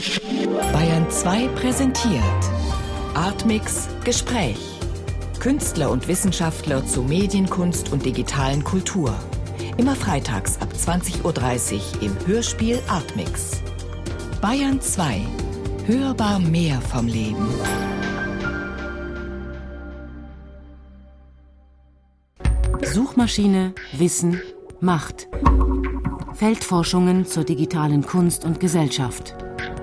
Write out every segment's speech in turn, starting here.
Bayern 2 präsentiert Artmix Gespräch. Künstler und Wissenschaftler zu Medienkunst und digitalen Kultur. Immer freitags ab 20:30 Uhr im Hörspiel Artmix. Bayern 2. Hörbar mehr vom Leben. Suchmaschine, Wissen, Macht. Feldforschungen zur digitalen Kunst und Gesellschaft.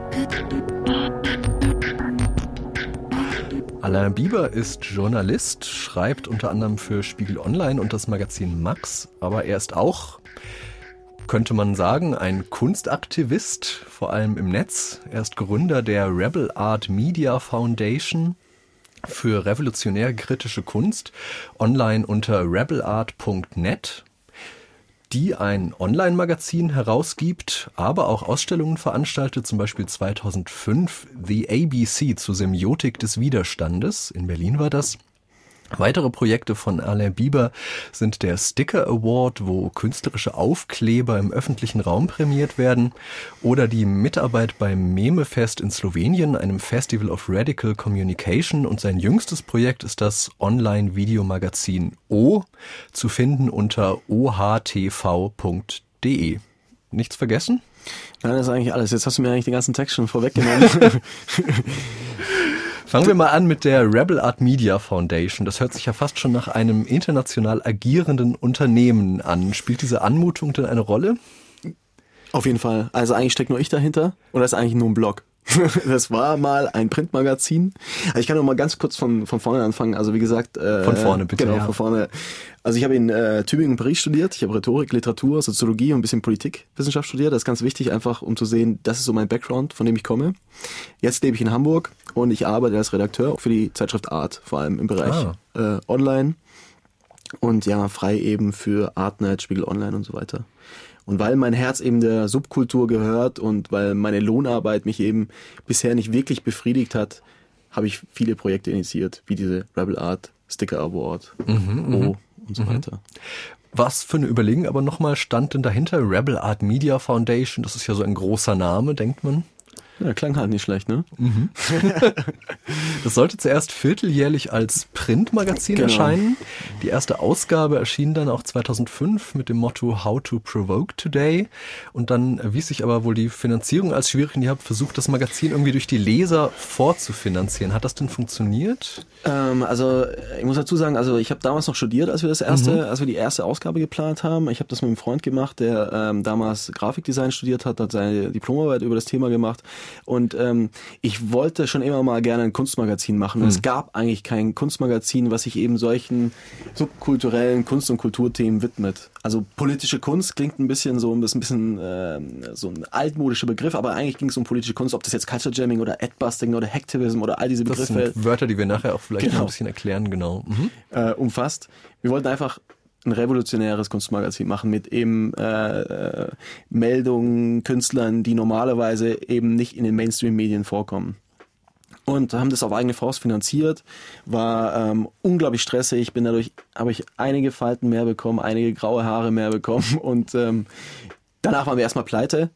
Alain Biber ist Journalist, schreibt unter anderem für Spiegel Online und das Magazin Max, aber er ist auch, könnte man sagen, ein Kunstaktivist, vor allem im Netz. Er ist Gründer der Rebel Art Media Foundation für revolutionäre kritische Kunst, online unter rebelart.net, die ein Online-Magazin herausgibt, aber auch Ausstellungen veranstaltet, zum Beispiel 2005 The ABC zur Semiotik des Widerstandes, in Berlin war das. Weitere Projekte von Alain Biber sind der Sticker Award, wo künstlerische Aufkleber im öffentlichen Raum prämiert werden, oder die Mitarbeit beim Memefest in Slowenien, einem Festival of Radical Communication, und sein jüngstes Projekt ist das Online-Videomagazin O, zu finden unter ohtv.de. Nichts vergessen? Nein, das ist eigentlich alles. Jetzt hast du mir eigentlich den ganzen Text schon vorweggenommen. Fangen wir mal an mit der Rebel Art Media Foundation. Das hört sich ja fast schon nach einem international agierenden Unternehmen an. Spielt diese Anmutung denn eine Rolle? Auf jeden Fall. Also eigentlich steckt nur ich dahinter und das ist eigentlich nur ein Blog. Das war mal ein Printmagazin. Also ich kann noch mal ganz kurz von vorne anfangen. Also wie gesagt... von vorne bitte. Genau, ja. von vorne. Also ich habe in Tübingen und Paris studiert. Ich habe Rhetorik, Literatur, Soziologie und ein bisschen Politikwissenschaft studiert. Das ist ganz wichtig, einfach um zu sehen, das ist so mein Background, von dem ich komme. Jetzt lebe ich in Hamburg und ich arbeite als Redakteur für die Zeitschrift Art, vor allem im Bereich Online und ja, frei eben für Artnet, Spiegel Online und so weiter. Und weil mein Herz eben der Subkultur gehört und weil meine Lohnarbeit mich eben bisher nicht wirklich befriedigt hat, habe ich viele Projekte initiiert, wie diese Rebel Art Sticker Award, und so weiter. Was für eine Überlegung aber nochmal stand denn dahinter? Rebel Art Media Foundation, das ist ja so ein großer Name, denkt man. Ja, klang halt nicht schlecht, ne? Das sollte zuerst vierteljährlich als Printmagazin erscheinen. Die erste Ausgabe erschien dann auch 2005 mit dem Motto How to Provoke Today. Und dann erwies sich aber wohl die Finanzierung als schwierig und ihr habt versucht, das Magazin irgendwie durch die Leser vorzufinanzieren. Hat das denn funktioniert? Also ich muss dazu sagen, also ich habe damals noch studiert, als wir die erste Ausgabe geplant haben. Ich habe das mit einem Freund gemacht, der damals Grafikdesign studiert hat seine Diplomarbeit über das Thema gemacht. Und ich wollte schon immer mal gerne ein Kunstmagazin machen. Und es gab eigentlich kein Kunstmagazin, was sich eben solchen subkulturellen Kunst- und Kulturthemen widmet. Also politische Kunst klingt ein bisschen so ein altmodischer Begriff, aber eigentlich ging es um politische Kunst, ob das jetzt Culture Jamming oder Adbusting oder Hacktivism oder all diese Begriffe. Das sind Wörter, die wir nachher auch vielleicht noch ein bisschen erklären, genau. Umfasst. Wir wollten einfach ein revolutionäres Kunstmagazin machen mit eben Meldungen, Künstlern, die normalerweise eben nicht in den Mainstream-Medien vorkommen. Und haben das auf eigene Faust finanziert, war unglaublich stressig, habe ich einige Falten mehr bekommen, einige graue Haare mehr bekommen und danach waren wir erstmal pleite.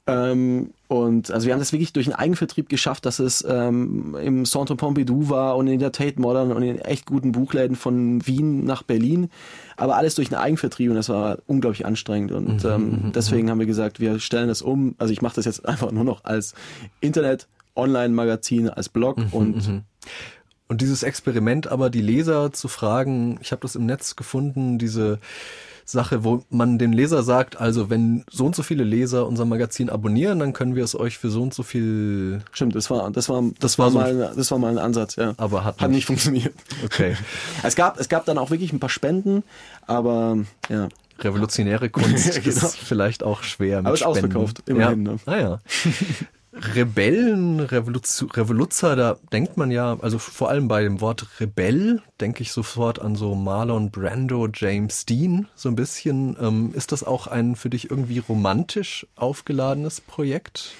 Und also wir haben das wirklich durch einen Eigenvertrieb geschafft, dass es im Centre Pompidou war und in der Tate Modern und in echt guten Buchläden von Wien nach Berlin, aber alles durch einen Eigenvertrieb und das war unglaublich anstrengend und deswegen haben wir gesagt, wir stellen das um, also ich mache das jetzt einfach nur noch als Internet-Online-Magazin, als Blog und dieses Experiment aber, die Leser zu fragen, ich habe das im Netz gefunden, diese Sache, wo man dem Leser sagt, also wenn so und so viele Leser unser Magazin abonnieren, dann können wir es euch für so und so viel... Stimmt, das war mal ein Ansatz, ja. Aber hat nicht funktioniert. Okay. Es gab dann auch wirklich ein paar Spenden, aber ja. Revolutionäre Kunst ist vielleicht auch schwer mit aber ist Spenden. Ausverkauft, immerhin. Ja. Ne? Ah ja. Rebellen, Revoluzzer, da denkt man ja, also vor allem bei dem Wort Rebell, denke ich sofort an so Marlon Brando, James Dean, so ein bisschen. Ist das auch ein für dich irgendwie romantisch aufgeladenes Projekt?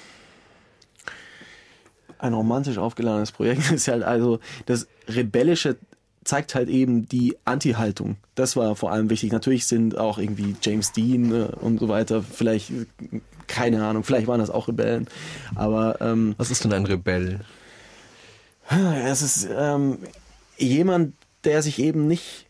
Ein romantisch aufgeladenes Projekt ist halt also das Rebellische zeigt halt eben die Anti-Haltung. Das war vor allem wichtig. Natürlich sind auch irgendwie James Dean und so weiter vielleicht keine Ahnung, vielleicht waren das auch Rebellen. Aber was ist denn ein Rebell? Es ist jemand, der sich eben nicht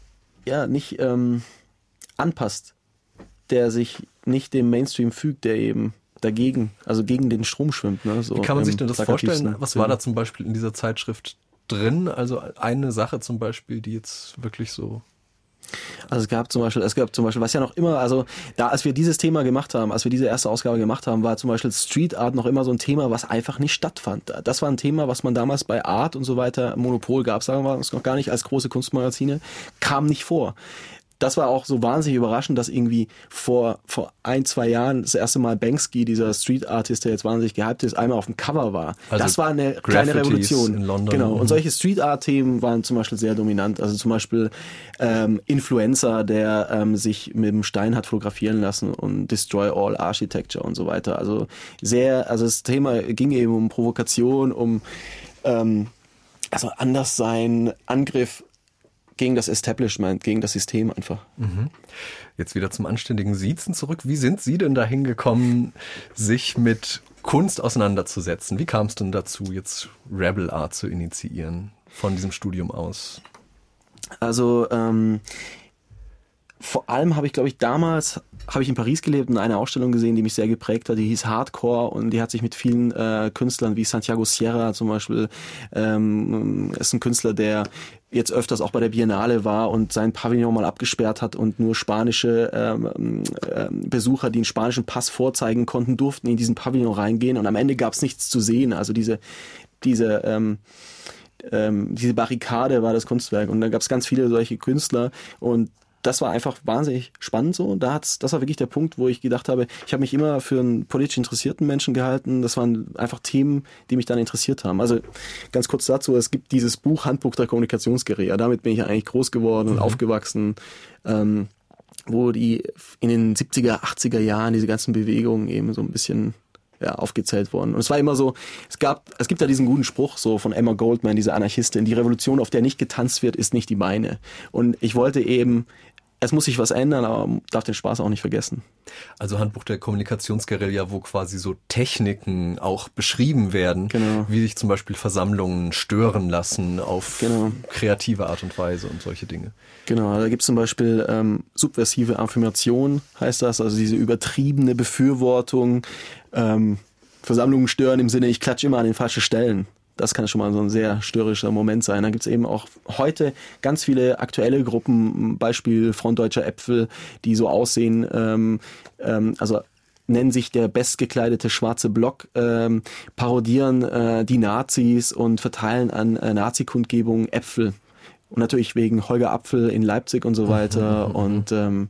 anpasst, der sich nicht dem Mainstream fügt, der eben dagegen, also gegen den Strom schwimmt. Ne? So, wie kann man sich denn das vorstellen? Was war da zum Beispiel in dieser Zeitschrift drin? Also eine Sache zum Beispiel, die jetzt wirklich so... Also es gab zum Beispiel, was ja noch immer, also da, als wir dieses Thema gemacht haben, als wir diese erste Ausgabe gemacht haben, war zum Beispiel Street Art noch immer so ein Thema, was einfach nicht stattfand. Das war ein Thema, was man damals bei Art und so weiter, Monopol gab, sagen wir es noch gar nicht als große Kunstmagazine, kam nicht vor. Das war auch so wahnsinnig überraschend, dass irgendwie vor 1-2 Jahren das erste Mal Banksy, dieser Street Artist, der jetzt wahnsinnig gehypt ist, einmal auf dem Cover war. Also das war eine kleine Revolution. In London. Genau. Und solche Street Art Themen waren zum Beispiel sehr dominant. Also zum Beispiel Influencer, der sich mit dem Stein hat fotografieren lassen und Destroy All Architecture und so weiter. Also das Thema ging eben um Provokation, um Anderssein, Angriff gegen das Establishment, gegen das System einfach. Jetzt wieder zum anständigen Siezen zurück. Wie sind Sie denn dahin gekommen, sich mit Kunst auseinanderzusetzen? Wie kam es denn dazu, jetzt Rebel Art zu initiieren, von diesem Studium aus? Also vor allem habe ich, glaube ich, damals in Paris gelebt und eine Ausstellung gesehen, die mich sehr geprägt hat, die hieß Hardcore und die hat sich mit vielen Künstlern wie Santiago Sierra zum Beispiel, ist ein Künstler, der jetzt öfters auch bei der Biennale war und sein Pavillon mal abgesperrt hat und nur spanische Besucher, die einen spanischen Pass vorzeigen konnten, durften in diesen Pavillon reingehen und am Ende gab es nichts zu sehen. Also diese Barrikade war das Kunstwerk und da gab es ganz viele solche Künstler und das war einfach wahnsinnig spannend so. Das war wirklich der Punkt, wo ich gedacht habe, ich habe mich immer für einen politisch interessierten Menschen gehalten. Das waren einfach Themen, die mich dann interessiert haben. Also ganz kurz dazu, es gibt dieses Buch Handbuch der Kommunikationsguerilla. Damit bin ich eigentlich groß geworden und aufgewachsen, wo die in den 70er, 80er Jahren diese ganzen Bewegungen eben so ein bisschen aufgezählt worden. Und es war immer so, es gibt da diesen guten Spruch so von Emma Goldman, diese Anarchistin, die Revolution, auf der nicht getanzt wird, ist nicht die meine. Und ich wollte eben, es muss sich was ändern, aber man darf den Spaß auch nicht vergessen. Also Handbuch der Kommunikationsguerilla, wo quasi so Techniken auch beschrieben werden, genau, wie sich zum Beispiel Versammlungen stören lassen auf kreative Art und Weise und solche Dinge. Genau, da gibt es zum Beispiel subversive Affirmation, heißt das, also diese übertriebene Befürwortung, Versammlungen stören im Sinne, ich klatsche immer an den falschen Stellen. Das kann schon mal so ein sehr störrischer Moment sein. Dann gibt es eben auch heute ganz viele aktuelle Gruppen, Beispiel Front Deutscher Äpfel, die so aussehen, also nennen sich der bestgekleidete schwarze Block, parodieren die Nazis und verteilen an Nazi-Kundgebungen Äpfel. Und natürlich wegen Holger Apfel in Leipzig und so weiter. Und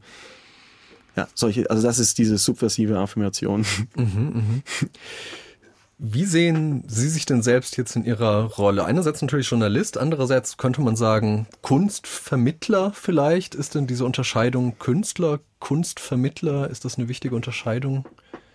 also das ist diese subversive Affirmation. Wie sehen Sie sich denn selbst jetzt in Ihrer Rolle? Einerseits natürlich Journalist, andererseits könnte man sagen Kunstvermittler vielleicht. Ist denn diese Unterscheidung Künstler, Kunstvermittler, ist das eine wichtige Unterscheidung?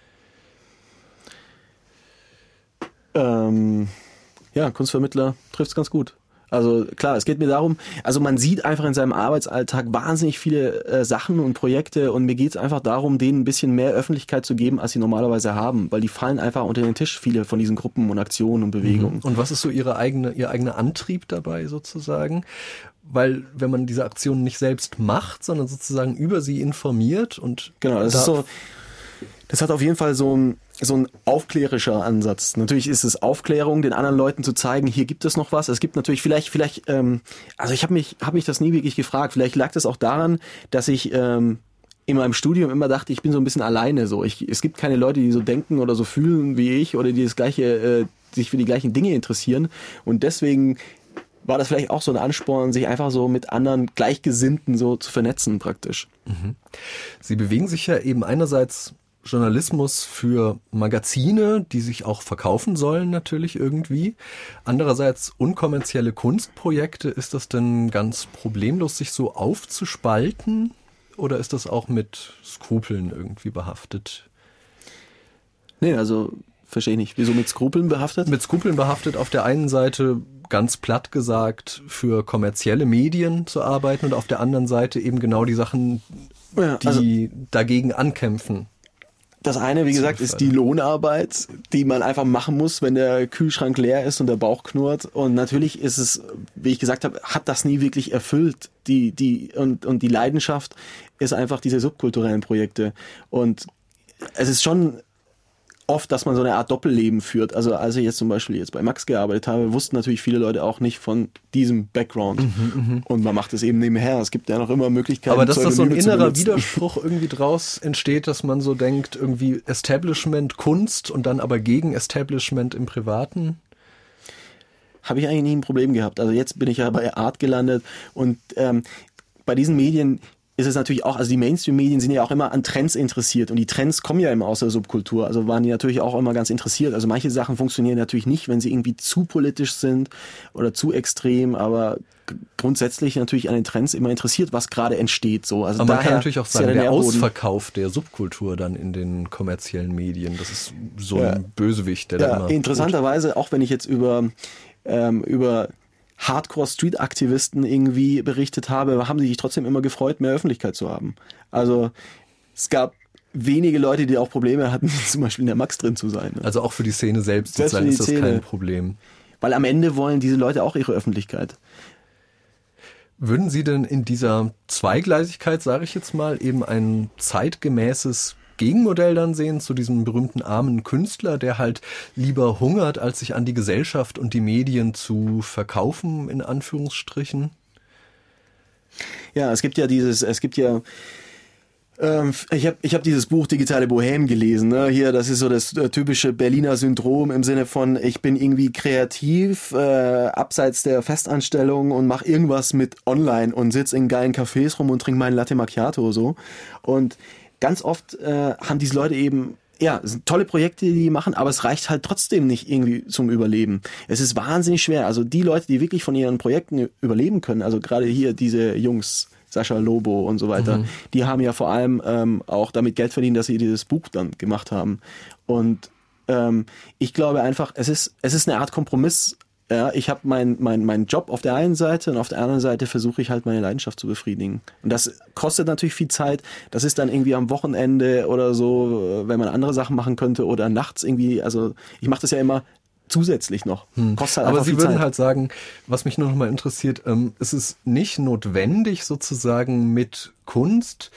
Kunstvermittler trifft es ganz gut. Also klar, es geht mir darum, also man sieht einfach in seinem Arbeitsalltag wahnsinnig viele Sachen und Projekte und mir geht es einfach darum, denen ein bisschen mehr Öffentlichkeit zu geben, als sie normalerweise haben, weil die fallen einfach unter den Tisch, viele von diesen Gruppen und Aktionen und Bewegungen. Und was ist so Ihr eigener Antrieb dabei sozusagen? Weil wenn man diese Aktionen nicht selbst macht, sondern sozusagen über sie informiert und... Genau, das hat auf jeden Fall so ein aufklärischer Ansatz. Natürlich ist es Aufklärung, den anderen Leuten zu zeigen, hier gibt es noch was. Es gibt natürlich vielleicht, also ich habe mich das nie wirklich gefragt. Vielleicht lag das auch daran, dass ich in meinem Studium immer dachte, ich bin so ein bisschen alleine so. Es gibt keine Leute, die so denken oder so fühlen wie ich oder die sich für die gleichen Dinge interessieren. Und deswegen war das vielleicht auch so ein Ansporn, sich einfach so mit anderen Gleichgesinnten so zu vernetzen praktisch. Sie bewegen sich ja eben einerseits Journalismus für Magazine, die sich auch verkaufen sollen natürlich irgendwie. Andererseits unkommerzielle Kunstprojekte. Ist das denn ganz problemlos, sich so aufzuspalten? Oder ist das auch mit Skrupeln irgendwie behaftet? Nee, also verstehe ich nicht. Wieso mit Skrupeln behaftet? Mit Skrupeln behaftet auf der einen Seite, ganz platt gesagt, für kommerzielle Medien zu arbeiten und auf der anderen Seite eben genau die Sachen, die dagegen ankämpfen. Das eine, wie gesagt, ist die Lohnarbeit, die man einfach machen muss, wenn der Kühlschrank leer ist und der Bauch knurrt. Und natürlich ist es, wie ich gesagt habe, hat das nie wirklich erfüllt. Und die Leidenschaft ist einfach diese subkulturellen Projekte. Und es ist schon oft, dass man so eine Art Doppelleben führt. Also als ich jetzt zum Beispiel jetzt bei Max gearbeitet habe, wussten natürlich viele Leute auch nicht von diesem Background. Und man macht es eben nebenher. Es gibt ja noch immer Möglichkeiten. Aber dass das so ein innerer Widerspruch irgendwie draus entsteht, dass man so denkt, irgendwie Establishment Kunst und dann aber gegen Establishment im Privaten? Habe ich eigentlich nie ein Problem gehabt. Also jetzt bin ich ja bei Art gelandet und bei diesen Medien ist es natürlich auch, also die Mainstream-Medien sind ja auch immer an Trends interessiert und die Trends kommen ja immer aus der Subkultur, also waren die natürlich auch immer ganz interessiert. Also manche Sachen funktionieren natürlich nicht, wenn sie irgendwie zu politisch sind oder zu extrem, aber grundsätzlich natürlich an den Trends immer interessiert, was gerade entsteht. So. Also aber man kann natürlich auch sagen, der Ausverkauf der Subkultur dann in den kommerziellen Medien, das ist so ein Bösewicht, der da immer... Interessanterweise, auch wenn ich jetzt über Hardcore-Street-Aktivisten irgendwie berichtet habe, haben sie sich trotzdem immer gefreut, mehr Öffentlichkeit zu haben. Also es gab wenige Leute, die auch Probleme hatten, zum Beispiel in der Max drin zu sein. Ne? Also auch für die Szene selbst sozusagen ist das kein Problem. Weil am Ende wollen diese Leute auch ihre Öffentlichkeit. Würden Sie denn in dieser Zweigleisigkeit, sage ich jetzt mal, eben ein zeitgemäßes Gegenmodell dann sehen zu diesem berühmten armen Künstler, der halt lieber hungert, als sich an die Gesellschaft und die Medien zu verkaufen, in Anführungsstrichen? Ja, ich habe dieses Buch Digitale Bohème gelesen. Ne? Hier, das ist so das typische Berliner Syndrom im Sinne von, ich bin irgendwie kreativ, abseits der Festanstellung und mache irgendwas mit online und sitze in geilen Cafés rum und trinke meinen Latte Macchiato so. Und ganz oft haben diese Leute eben, ja, es sind tolle Projekte, die die machen, aber es reicht halt trotzdem nicht irgendwie zum Überleben. Es ist wahnsinnig schwer. Also die Leute, die wirklich von ihren Projekten überleben können, also gerade hier diese Jungs, Sascha Lobo und so weiter, die haben ja vor allem auch damit Geld verdient, dass sie dieses Buch dann gemacht haben. Und ich glaube einfach, es ist eine Art Kompromiss. Ja, ich habe meinen Job auf der einen Seite und auf der anderen Seite versuche ich halt meine Leidenschaft zu befriedigen. Und das kostet natürlich viel Zeit. Das ist dann irgendwie am Wochenende oder so, wenn man andere Sachen machen könnte oder nachts irgendwie. Also ich mache das ja immer zusätzlich noch. Kostet halt aber einfach Sie viel würden Zeit. halt sagen, was mich nur noch mal interessiert, ist es nicht notwendig sozusagen mit Kunst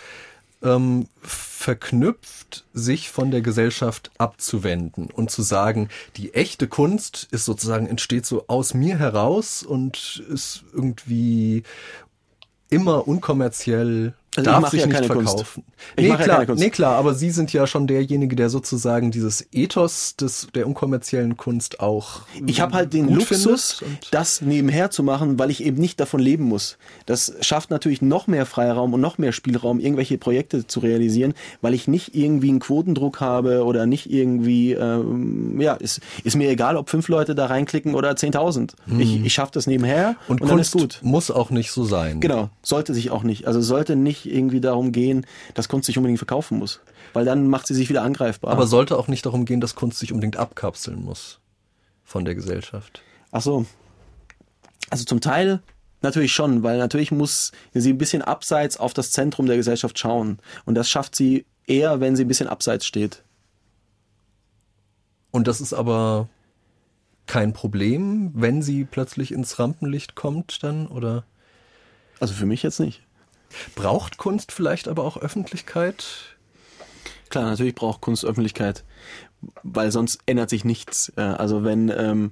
verknüpft, sich von der Gesellschaft abzuwenden und zu sagen, die echte Kunst ist sozusagen, entsteht so aus mir heraus und ist irgendwie immer unkommerziell, Also darf ich mache sich ja nicht keine verkaufen. Kunst. Nee, klar, aber Sie sind ja schon derjenige, der sozusagen dieses Ethos der unkommerziellen Kunst auch Ich habe halt den gut Luxus, findet. das nebenher zu machen, weil ich eben nicht davon leben muss. Das schafft natürlich noch mehr Freiraum und noch mehr Spielraum, irgendwelche Projekte zu realisieren, weil ich nicht irgendwie einen Quotendruck habe oder nicht irgendwie, ist mir egal, ob 5 Leute da reinklicken oder 10.000. Ich schaffe das nebenher Und dann Kunst ist gut. muss auch nicht so sein. Genau, sollte sich auch nicht. Also sollte nicht irgendwie darum gehen, dass Kunst sich unbedingt verkaufen muss. Weil dann macht sie sich wieder angreifbar. Aber sollte auch nicht darum gehen, dass Kunst sich unbedingt abkapseln muss von der Gesellschaft. Ach so. Also zum Teil natürlich schon, weil natürlich muss sie ein bisschen abseits auf das Zentrum der Gesellschaft schauen. Und das schafft sie eher, wenn sie ein bisschen abseits steht. Und das ist aber kein Problem, wenn sie plötzlich ins Rampenlicht kommt dann, oder? Also für mich jetzt nicht. Braucht Kunst vielleicht aber auch Öffentlichkeit? Klar, natürlich braucht Kunst Öffentlichkeit, weil sonst ändert sich nichts. Also wenn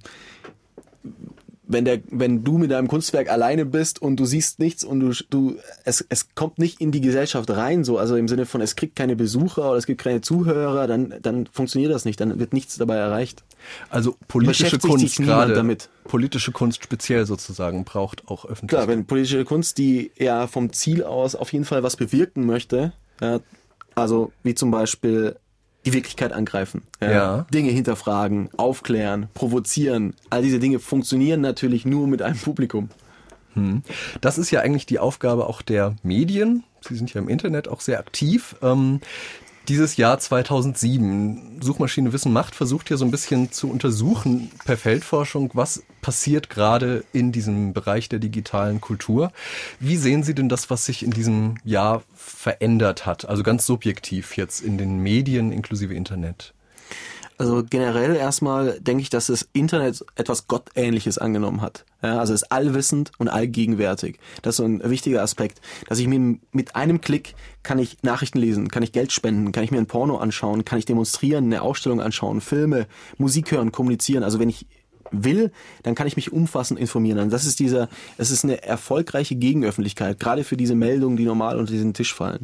du mit deinem Kunstwerk alleine bist und du siehst nichts und es kommt nicht in die Gesellschaft rein, so, also im Sinne von, es kriegt keine Besucher oder es gibt keine Zuhörer, dann funktioniert das nicht, dann wird nichts dabei erreicht. Also politische Beschäftigt Kunst sich niemand gerade, damit. Politische Kunst speziell sozusagen braucht auch Öffentlichkeit. Klar, wenn politische Kunst, die ja vom Ziel aus auf jeden Fall was bewirken möchte, also wie zum Beispiel die Wirklichkeit angreifen, Dinge hinterfragen, aufklären, provozieren, all diese Dinge funktionieren natürlich nur mit einem Publikum. Das ist ja eigentlich die Aufgabe auch der Medien. Sie sind ja im Internet auch sehr aktiv. Dieses Jahr 2007, Suchmaschine Wissen Macht versucht ja so ein bisschen zu untersuchen per Feldforschung, was passiert gerade in diesem Bereich der digitalen Kultur. Wie sehen Sie denn das, was sich in diesem Jahr verändert hat? Also ganz subjektiv jetzt in den Medien inklusive Internet. Also generell erstmal denke ich, dass das Internet etwas Gottähnliches angenommen hat. Ja, also es ist allwissend und allgegenwärtig. Das ist so ein wichtiger Aspekt, dass ich mir mit einem Klick kann ich Nachrichten lesen, kann ich Geld spenden, kann ich mir ein Porno anschauen, kann ich demonstrieren, eine Ausstellung anschauen, Filme, Musik hören, kommunizieren. Also wenn ich will, dann kann ich mich umfassend informieren. Und es ist eine erfolgreiche Gegenöffentlichkeit, gerade für diese Meldungen, die normal unter diesen Tisch fallen.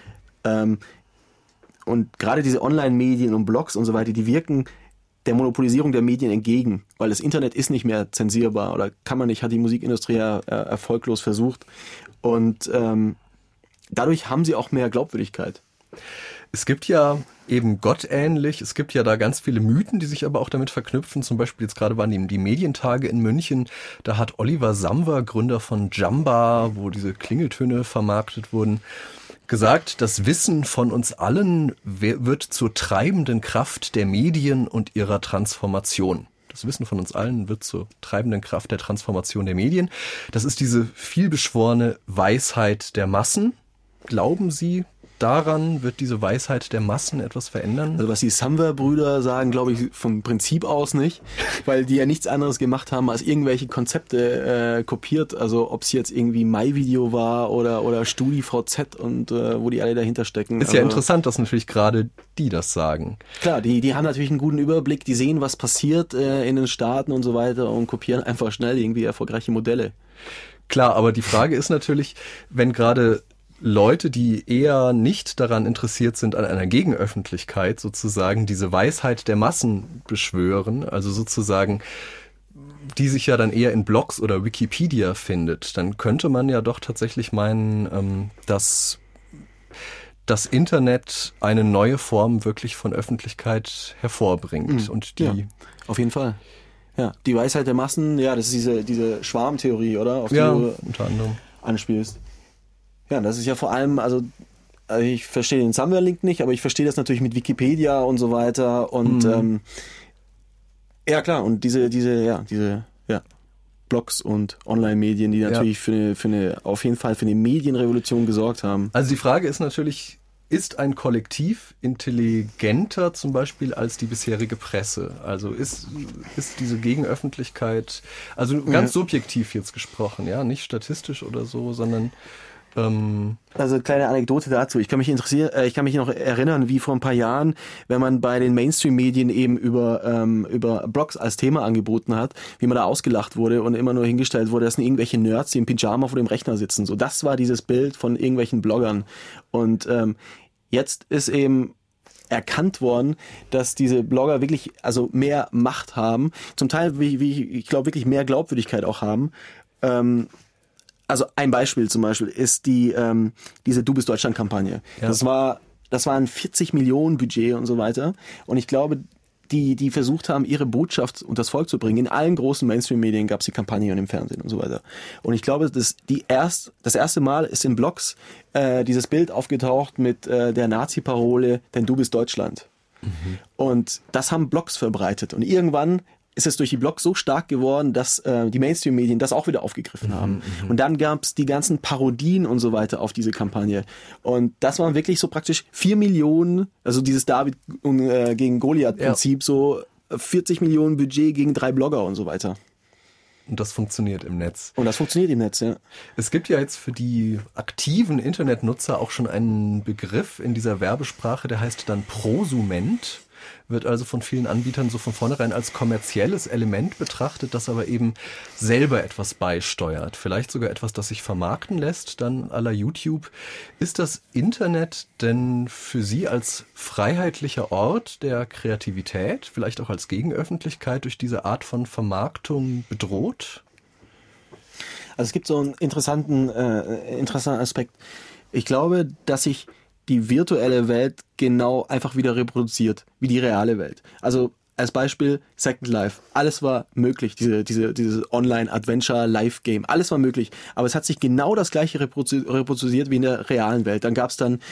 Und gerade diese Online-Medien und Blogs und so weiter, die wirken der Monopolisierung der Medien entgegen, weil das Internet ist nicht mehr zensierbar oder kann man nicht, hat die Musikindustrie ja erfolglos versucht. Und dadurch haben sie auch mehr Glaubwürdigkeit. Es gibt ja eben gottähnlich, es gibt ja da ganz viele Mythen, die sich aber auch damit verknüpfen. Zum Beispiel jetzt gerade waren die Medientage in München. Da hat Oliver Samwer, Gründer von Jamba, wo diese Klingeltöne vermarktet wurden, gesagt, das Wissen von uns allen wird zur treibenden Kraft der Medien und ihrer Transformation. Das Wissen von uns allen wird zur treibenden Kraft der Transformation der Medien. Das ist diese vielbeschworene Weisheit der Massen. Glauben Sie, daran wird diese Weisheit der Massen etwas verändern? Also was die Samwer-Brüder sagen, glaube ich, vom Prinzip aus nicht, weil die ja nichts anderes gemacht haben, als irgendwelche Konzepte kopiert. Also ob es jetzt irgendwie MyVideo war oder StudiVZ und wo die alle dahinter stecken. Ist ja interessant, dass natürlich gerade die das sagen. Klar, die haben natürlich einen guten Überblick, die sehen, was passiert in den Staaten und so weiter und kopieren einfach schnell irgendwie erfolgreiche Modelle. Klar, aber die Frage ist natürlich, wenn gerade Leute, die eher nicht daran interessiert sind, an einer Gegenöffentlichkeit sozusagen diese Weisheit der Massen beschwören, also sozusagen, die sich ja dann eher in Blogs oder Wikipedia findet, dann könnte man ja doch tatsächlich meinen, dass das Internet eine neue Form wirklich von Öffentlichkeit hervorbringt. Und die, ja, auf jeden Fall. Ja, die Weisheit der Massen, ja, das ist diese Schwarmtheorie, oder? Auf die du unter anderem anspielst. Ja, das ist ja vor allem, also ich verstehe den Samwer-Link nicht, aber ich verstehe das natürlich mit Wikipedia und so weiter und ja klar, und diese Blogs und Online-Medien, die natürlich auf jeden Fall für eine Medienrevolution gesorgt haben. Also die Frage ist natürlich, ist ein Kollektiv intelligenter zum Beispiel als die bisherige Presse? Also ist diese Gegenöffentlichkeit, also ganz subjektiv jetzt gesprochen, ja, nicht statistisch oder so, sondern also kleine Anekdote dazu. Ich kann mich noch erinnern, wie vor ein paar Jahren, wenn man bei den Mainstream-Medien eben über Blogs als Thema angeboten hat, wie man da ausgelacht wurde und immer nur hingestellt wurde, das sind irgendwelche Nerds, die im Pyjama vor dem Rechner sitzen. So, das war dieses Bild von irgendwelchen Bloggern. Und jetzt ist eben erkannt worden, dass diese Blogger wirklich also mehr Macht haben, zum Teil, ich glaube, wirklich mehr Glaubwürdigkeit auch haben. Also ein Beispiel zum Beispiel ist diese Du bist Deutschland-Kampagne. Ja. Das war ein 40 Millionen Budget und so weiter. Und ich glaube, die versucht haben, ihre Botschaft unter das Volk zu bringen. In allen großen Mainstream-Medien gab es die Kampagne und im Fernsehen und so weiter. Und ich glaube, das erste Mal ist in Blogs dieses Bild aufgetaucht mit der Nazi-Parole, denn du bist Deutschland. Mhm. Und das haben Blogs verbreitet. Und irgendwann ist es durch die Blogs so stark geworden, dass die Mainstream-Medien das auch wieder aufgegriffen haben. Und dann gab es die ganzen Parodien und so weiter auf diese Kampagne. Und das waren wirklich so praktisch 4 Millionen, also dieses David gegen Goliath-Prinzip, so 40 Millionen Budget gegen 3 Blogger und so weiter. Und das funktioniert im Netz. Ja. Es gibt ja jetzt für die aktiven Internetnutzer auch schon einen Begriff in dieser Werbesprache, der heißt dann Prosument. Wird also von vielen Anbietern so von vornherein als kommerzielles Element betrachtet, das aber eben selber etwas beisteuert. Vielleicht sogar etwas, das sich vermarkten lässt, dann à la YouTube. Ist das Internet denn für Sie als freiheitlicher Ort der Kreativität, vielleicht auch als Gegenöffentlichkeit durch diese Art von Vermarktung bedroht? Also es gibt so einen interessanten Aspekt. Ich glaube, dass sich die virtuelle Welt genau einfach wieder reproduziert, wie die reale Welt. Also als Beispiel Second Life. Alles war möglich, dieses Online-Adventure-Live-Game. Alles war möglich. Aber es hat sich genau das gleiche reproduziert wie in der realen Welt. Dann gab's dann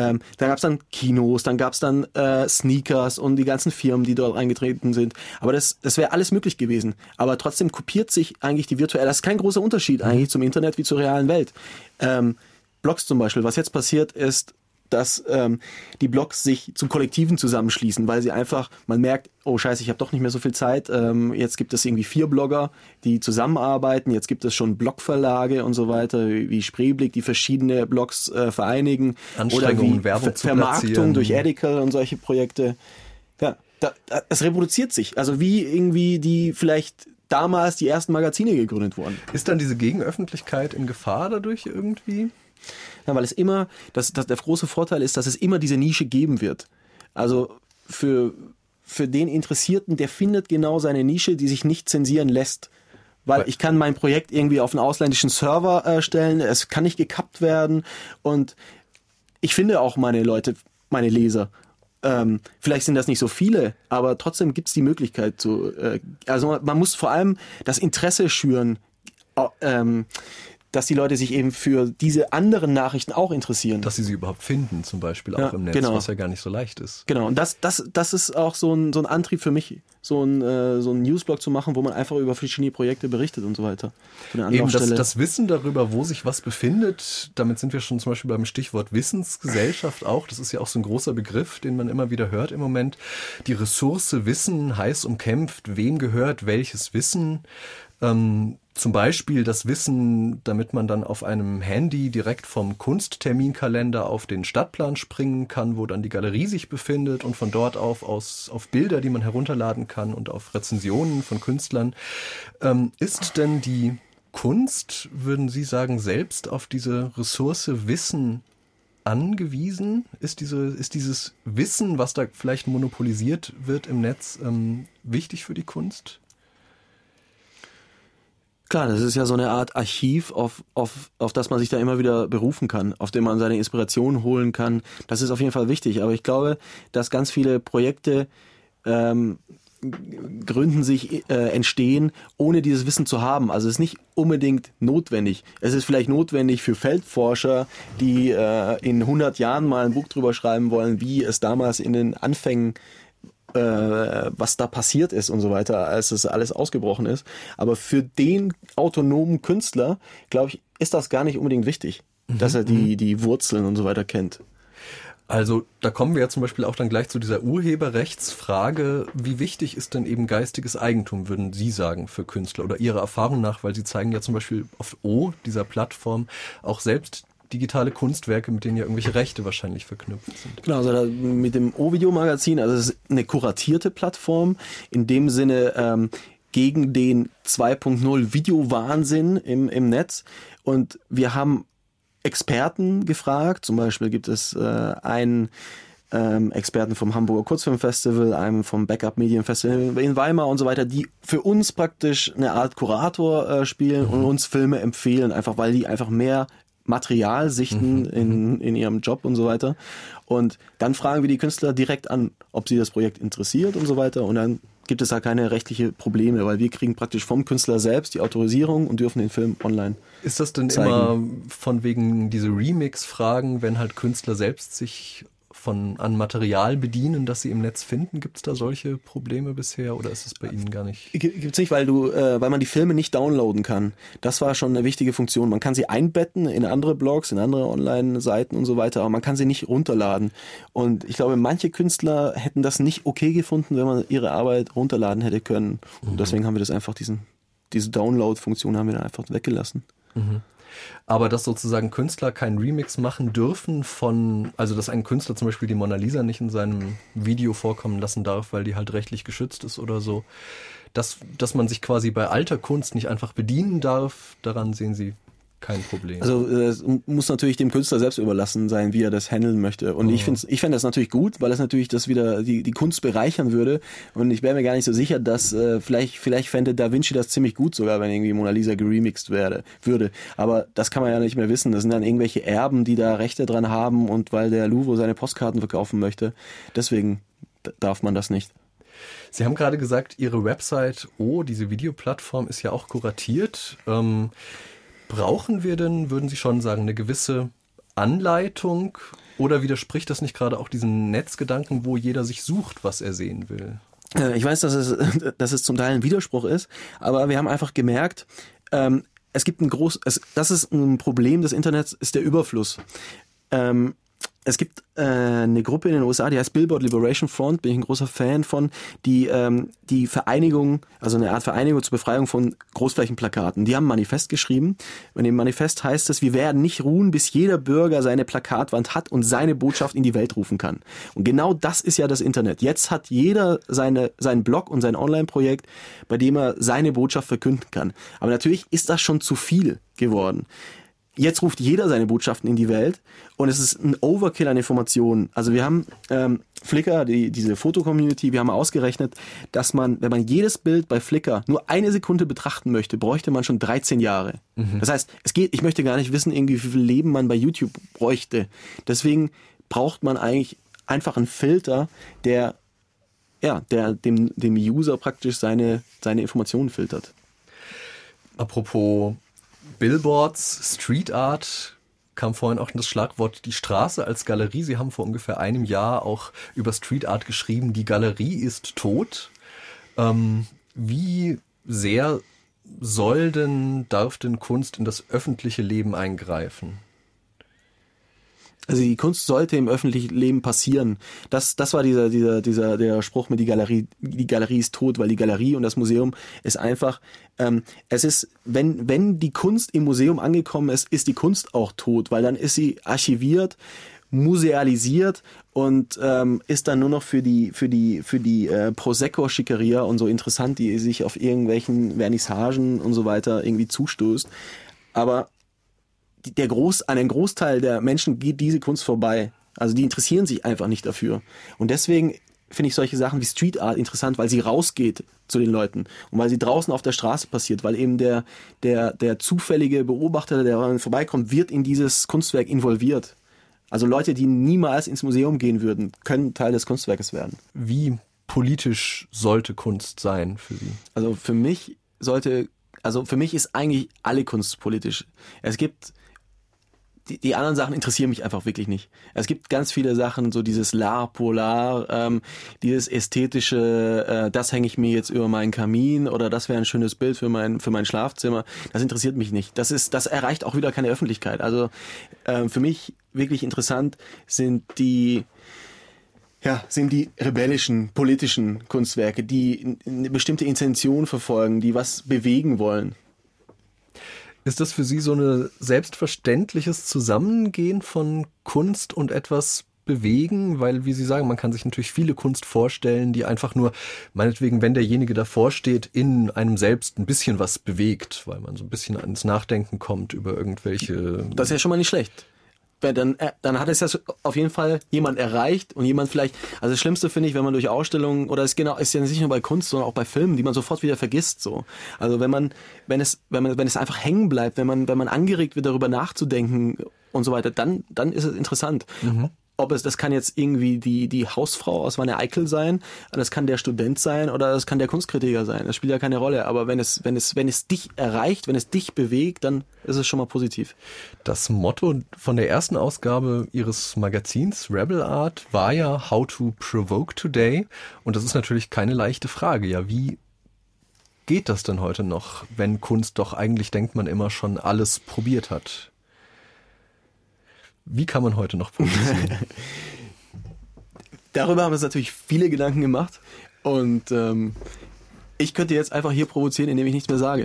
Kinos, dann gab's dann Sneakers und die ganzen Firmen, die dort eingetreten sind. Aber das wäre alles möglich gewesen. Aber trotzdem kopiert sich eigentlich die virtuelle. Das ist kein großer Unterschied eigentlich zum Internet wie zur realen Welt. Blogs zum Beispiel. Was jetzt passiert ist, dass die Blogs sich zu Kollektiven zusammenschließen, weil sie einfach, man merkt, oh scheiße, ich habe doch nicht mehr so viel Zeit, jetzt gibt es irgendwie 4 Blogger, die zusammenarbeiten, jetzt gibt es schon Blogverlage und so weiter, wie Spreeblick, die verschiedene Blogs vereinigen. Anstrengungen, oder wie Werbung zu Vermarktung platzieren. durch Edical und solche Projekte. Ja, es reproduziert sich. Also wie irgendwie die vielleicht damals die ersten Magazine gegründet wurden. Ist dann diese Gegenöffentlichkeit in Gefahr dadurch irgendwie? Ja, weil es immer, der große Vorteil ist, dass es immer diese Nische geben wird. Also für den Interessierten, der findet genau seine Nische, die sich nicht zensieren lässt. Weil ich kann mein Projekt irgendwie auf einen ausländischen Server stellen, es kann nicht gekappt werden und ich finde auch meine Leute, meine Leser. Vielleicht sind das nicht so viele, aber trotzdem gibt es die Möglichkeit also man muss vor allem das Interesse schüren, dass die Leute sich eben für diese anderen Nachrichten auch interessieren. Dass sie überhaupt finden, zum Beispiel auch im Netz, genau. was ja gar nicht so leicht ist. Genau, und das ist auch so ein Antrieb für mich, so ein Newsblog zu machen, wo man einfach über verschiedene Projekte berichtet und so weiter. Eben das Wissen darüber, wo sich was befindet, damit sind wir schon zum Beispiel beim Stichwort Wissensgesellschaft auch. Das ist ja auch so ein großer Begriff, den man immer wieder hört im Moment. Die Ressource Wissen, heiß umkämpft, wem gehört welches Wissen? Zum Beispiel das Wissen, damit man dann auf einem Handy direkt vom Kunstterminkalender auf den Stadtplan springen kann, wo dann die Galerie sich befindet und von dort auf Bilder, die man herunterladen kann und auf Rezensionen von Künstlern. Ist denn die Kunst, würden Sie sagen, selbst auf diese Ressource Wissen angewiesen? Ist dieses Wissen, was da vielleicht monopolisiert wird im Netz, wichtig für die Kunst? Klar, das ist ja so eine Art Archiv, auf das man sich da immer wieder berufen kann, auf dem man seine Inspiration holen kann. Das ist auf jeden Fall wichtig. Aber ich glaube, dass ganz viele Projekte entstehen, ohne dieses Wissen zu haben. Also es ist nicht unbedingt notwendig. Es ist vielleicht notwendig für Feldforscher, die in 100 Jahren mal ein Buch drüber schreiben wollen, wie es damals in den Anfängen was da passiert ist und so weiter, als es alles ausgebrochen ist. Aber für den autonomen Künstler, glaube ich, ist das gar nicht unbedingt wichtig, dass er die Wurzeln und so weiter kennt. Also da kommen wir ja zum Beispiel auch dann gleich zu dieser Urheberrechtsfrage. Wie wichtig ist denn eben geistiges Eigentum, würden Sie sagen, für Künstler oder Ihrer Erfahrung nach? Weil Sie zeigen ja zum Beispiel auf dieser Plattform, auch selbst digitale Kunstwerke, mit denen ja irgendwelche Rechte wahrscheinlich verknüpft sind. Genau, also mit dem O-Video-Magazin, also es ist eine kuratierte Plattform, in dem Sinne gegen den 2.0 Videowahnsinn im Netz. Und wir haben Experten gefragt, zum Beispiel gibt es einen Experten vom Hamburger Kurzfilmfestival, einem vom Backup Medienfestival in Weimar und so weiter, die für uns praktisch eine Art Kurator spielen und uns Filme empfehlen, einfach weil die einfach mehr Material sichten in ihrem Job und so weiter. Und dann fragen wir die Künstler direkt an, ob sie das Projekt interessiert und so weiter. Und dann gibt es da keine rechtliche Probleme, weil wir kriegen praktisch vom Künstler selbst die Autorisierung und dürfen den Film online Ist das denn zeigen. Immer von wegen diese Remix-Fragen, wenn halt Künstler selbst sich an Material bedienen, das sie im Netz finden? Gibt es da solche Probleme bisher oder ist es bei Ihnen gar nicht? Gibt's nicht, weil man die Filme nicht downloaden kann. Das war schon eine wichtige Funktion. Man kann sie einbetten in andere Blogs, in andere Online-Seiten und so weiter, aber man kann sie nicht runterladen. Und ich glaube, manche Künstler hätten das nicht okay gefunden, wenn man ihre Arbeit runterladen hätte können. Und deswegen haben wir das einfach, diese Download-Funktion haben wir dann einfach weggelassen. Aber dass sozusagen Künstler keinen Remix machen dürfen also dass ein Künstler zum Beispiel die Mona Lisa nicht in seinem Video vorkommen lassen darf, weil die halt rechtlich geschützt ist oder so, dass man sich quasi bei alter Kunst nicht einfach bedienen darf, daran sehen Sie kein Problem. Also es muss natürlich dem Künstler selbst überlassen sein, wie er das handeln möchte. Und ich fände das natürlich gut, weil es natürlich das wieder die Kunst bereichern würde. Und ich wäre mir gar nicht so sicher, dass vielleicht fände Da Vinci das ziemlich gut sogar, wenn irgendwie Mona Lisa geremixed würde. Aber das kann man ja nicht mehr wissen. Das sind dann irgendwelche Erben, die da Rechte dran haben und weil der Louvre seine Postkarten verkaufen möchte. Deswegen darf man das nicht. Sie haben gerade gesagt, Ihre Website, diese Videoplattform ist ja auch kuratiert. Brauchen wir denn, würden Sie schon sagen, eine gewisse Anleitung oder widerspricht das nicht gerade auch diesem Netzgedanken, wo jeder sich sucht, was er sehen will? Ich weiß, dass es zum Teil ein Widerspruch ist, aber wir haben einfach gemerkt, es gibt das ist ein Problem des Internets, ist der Überfluss. Es gibt eine Gruppe in den USA, die heißt Billboard Liberation Front, bin ich ein großer Fan von, die Vereinigung, also eine Art Vereinigung zur Befreiung von Großflächenplakaten. Die haben ein Manifest geschrieben. In dem Manifest heißt es, wir werden nicht ruhen, bis jeder Bürger seine Plakatwand hat und seine Botschaft in die Welt rufen kann. Und genau das ist ja das Internet. Jetzt hat jeder seinen Blog und sein Online-Projekt, bei dem er seine Botschaft verkünden kann. Aber natürlich ist das schon zu viel geworden. Jetzt ruft jeder seine Botschaften in die Welt und es ist ein Overkill an Informationen. Also wir haben Flickr, diese Foto-Community, wir haben ausgerechnet, dass man, wenn man jedes Bild bei Flickr nur eine Sekunde betrachten möchte, bräuchte man schon 13 Jahre. Das heißt, ich möchte gar nicht wissen, irgendwie, wie viel Leben man bei YouTube bräuchte. Deswegen braucht man eigentlich einfach einen Filter, der dem User praktisch seine Informationen filtert. Apropos Billboards, Street Art, kam vorhin auch das Schlagwort die Straße als Galerie. Sie haben vor ungefähr einem Jahr auch über Street Art geschrieben, die Galerie ist tot. Wie sehr darf denn Kunst in das öffentliche Leben eingreifen? Also die Kunst sollte im öffentlichen Leben passieren. Das war der Spruch mit die Galerie ist tot, weil die Galerie und das Museum ist einfach, es ist, wenn die Kunst im Museum angekommen ist die Kunst auch tot, weil dann ist sie archiviert, musealisiert und ist dann nur noch für die Prosecco-Schickeria und so interessant, die sich auf irgendwelchen Vernissagen und so weiter irgendwie zustoßt. Aber an einen Großteil der Menschen geht diese Kunst vorbei. Also die interessieren sich einfach nicht dafür. Und deswegen finde ich solche Sachen wie Street Art interessant, weil sie rausgeht zu den Leuten und weil sie draußen auf der Straße passiert, weil eben der zufällige Beobachter, der vorbeikommt, wird in dieses Kunstwerk involviert. Also Leute, die niemals ins Museum gehen würden, können Teil des Kunstwerkes werden. Wie politisch sollte Kunst sein für Sie? Also für mich ist eigentlich alle Kunst politisch. Es gibt die anderen Sachen interessieren mich einfach wirklich nicht. Es gibt ganz viele Sachen, so dieses L'art pour l'art, dieses ästhetische, das hänge ich mir jetzt über meinen Kamin oder das wäre ein schönes Bild für mein Schlafzimmer. Das interessiert mich nicht. Das erreicht auch wieder keine Öffentlichkeit. Also für mich wirklich interessant sind die rebellischen, politischen Kunstwerke, die eine bestimmte Intention verfolgen, die was bewegen wollen. Ist das für Sie so ein selbstverständliches Zusammengehen von Kunst und etwas bewegen? Weil, wie Sie sagen, man kann sich natürlich viele Kunst vorstellen, die einfach nur, meinetwegen, wenn derjenige davor steht, in einem selbst ein bisschen was bewegt, weil man so ein bisschen ans Nachdenken kommt über irgendwelche... Das ist ja schon mal nicht schlecht. Dann hat es ja auf jeden Fall jemand erreicht und jemand vielleicht, also das Schlimmste finde ich, wenn man durch Ausstellungen, oder ist ja nicht nur bei Kunst, sondern auch bei Filmen, die man sofort wieder vergisst, so. Also wenn es einfach hängen bleibt, wenn man angeregt wird, darüber nachzudenken und so weiter, dann ist es interessant. Mhm. Das kann jetzt irgendwie die Hausfrau aus Wanne Eickel sein, das kann der Student sein oder das kann der Kunstkritiker sein. Das spielt ja keine Rolle. Aber wenn es dich erreicht, wenn es dich bewegt, dann ist es schon mal positiv. Das Motto von der ersten Ausgabe Ihres Magazins Rebel Art war ja How to Provoke Today. Und das ist natürlich keine leichte Frage. Ja, wie geht das denn heute noch, wenn Kunst doch eigentlich, denkt man, immer schon alles probiert hat? Wie kann man heute noch provozieren? Darüber haben wir uns natürlich viele Gedanken gemacht und ich könnte jetzt einfach hier provozieren, indem ich nichts mehr sage.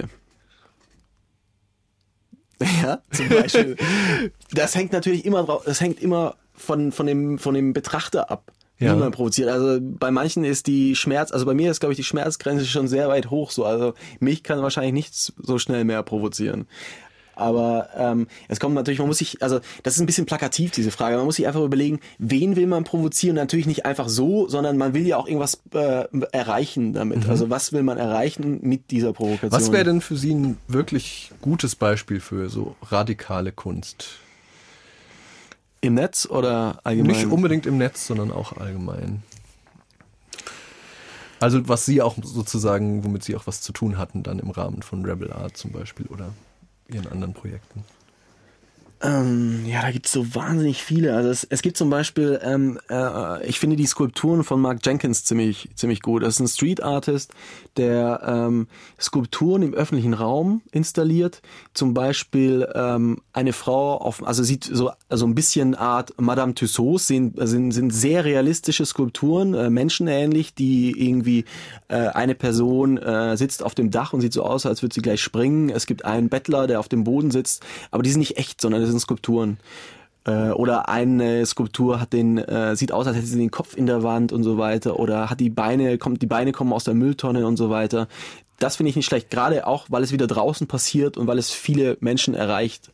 Ja, zum Beispiel. Das hängt natürlich immer von dem Betrachter ab, wie man provoziert. Also bei manchen ist bei mir ist, glaube ich, die Schmerzgrenze schon sehr weit hoch. So. Also mich kann wahrscheinlich nichts so schnell mehr provozieren. Aber es kommt natürlich, das ist ein bisschen plakativ, diese Frage. Man muss sich einfach überlegen, wen will man provozieren? Natürlich nicht einfach so, sondern man will ja auch irgendwas erreichen damit. Mhm. Also was will man erreichen mit dieser Provokation? Was wäre denn für Sie ein wirklich gutes Beispiel für so radikale Kunst? Im Netz oder allgemein? Nicht unbedingt im Netz, sondern auch allgemein. Also was Sie auch sozusagen, womit Sie auch was zu tun hatten dann im Rahmen von Rebel Art zum Beispiel oder Ihren anderen Projekten. Ja, da gibt's so wahnsinnig viele. Also es gibt zum Beispiel, ich finde die Skulpturen von Mark Jenkins ziemlich gut. Das ist ein Street Artist, der Skulpturen im öffentlichen Raum installiert. Zum Beispiel eine Frau sieht so ein bisschen Art Madame Tussauds, sind sehr realistische Skulpturen, menschenähnlich, die irgendwie eine Person sitzt auf dem Dach und sieht so aus, als würde sie gleich springen. Es gibt einen Bettler, der auf dem Boden sitzt, aber die sind nicht echt, sondern das sind Skulpturen. Oder eine Skulptur sieht aus, als hätte sie den Kopf in der Wand und so weiter. Oder die Beine kommen aus der Mülltonne und so weiter. Das finde ich nicht schlecht, gerade auch, weil es wieder draußen passiert und weil es viele Menschen erreicht.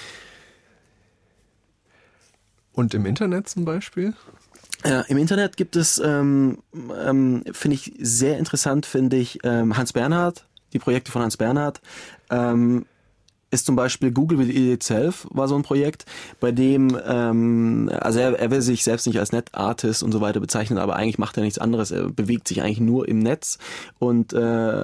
Und im Internet zum Beispiel? Im Internet gibt es, finde ich sehr interessant, Hans Bernhard, die Projekte von Hans Bernhard. Ist zum Beispiel Google with Itself war so ein Projekt, bei dem, er will sich selbst nicht als Net-Artist und so weiter bezeichnen, aber eigentlich macht er nichts anderes. Er bewegt sich eigentlich nur im Netz und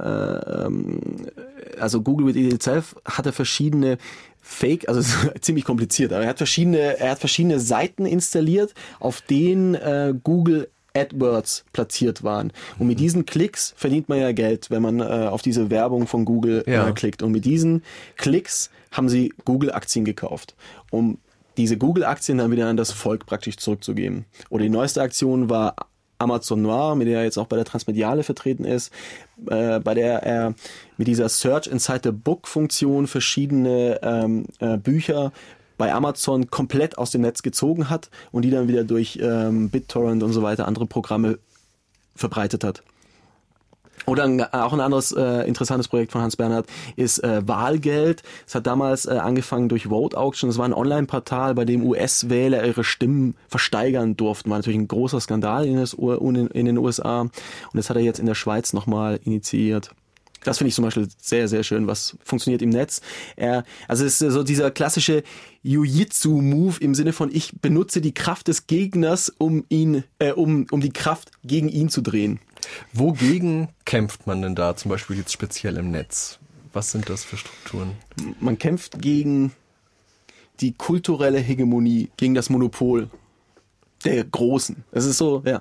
also Google with Itself hatte verschiedene also ziemlich kompliziert, aber er hat verschiedene Seiten installiert, auf denen Google AdWords platziert waren. Und mit diesen Klicks verdient man ja Geld, wenn man auf diese Werbung von Google klickt. Und mit diesen Klicks haben sie Google-Aktien gekauft, um diese Google-Aktien dann wieder an das Volk praktisch zurückzugeben. Oder die neueste Aktion war Amazon Noir, mit der er jetzt auch bei der Transmediale vertreten ist, bei der er mit dieser Search Inside the Book-Funktion verschiedene Bücher bei Amazon komplett aus dem Netz gezogen hat und die dann wieder durch BitTorrent und so weiter andere Programme verbreitet hat. Oder auch ein anderes interessantes Projekt von Hans Bernhard ist Wahlgeld. Es hat damals angefangen durch Vote Auction. Das war ein Online-Portal, bei dem US-Wähler ihre Stimmen versteigern durften. War natürlich ein großer Skandal in den USA. Und das hat er jetzt in der Schweiz nochmal initiiert. Das finde ich zum Beispiel sehr, sehr schön, was funktioniert im Netz. Also es ist so dieser klassische Jiu-Jitsu-Move im Sinne von, ich benutze die Kraft des Gegners, um die Kraft gegen ihn zu drehen. Wogegen kämpft man denn da, zum Beispiel jetzt speziell im Netz? Was sind das für Strukturen? Man kämpft gegen die kulturelle Hegemonie, gegen das Monopol der Großen. Das ist so, ja.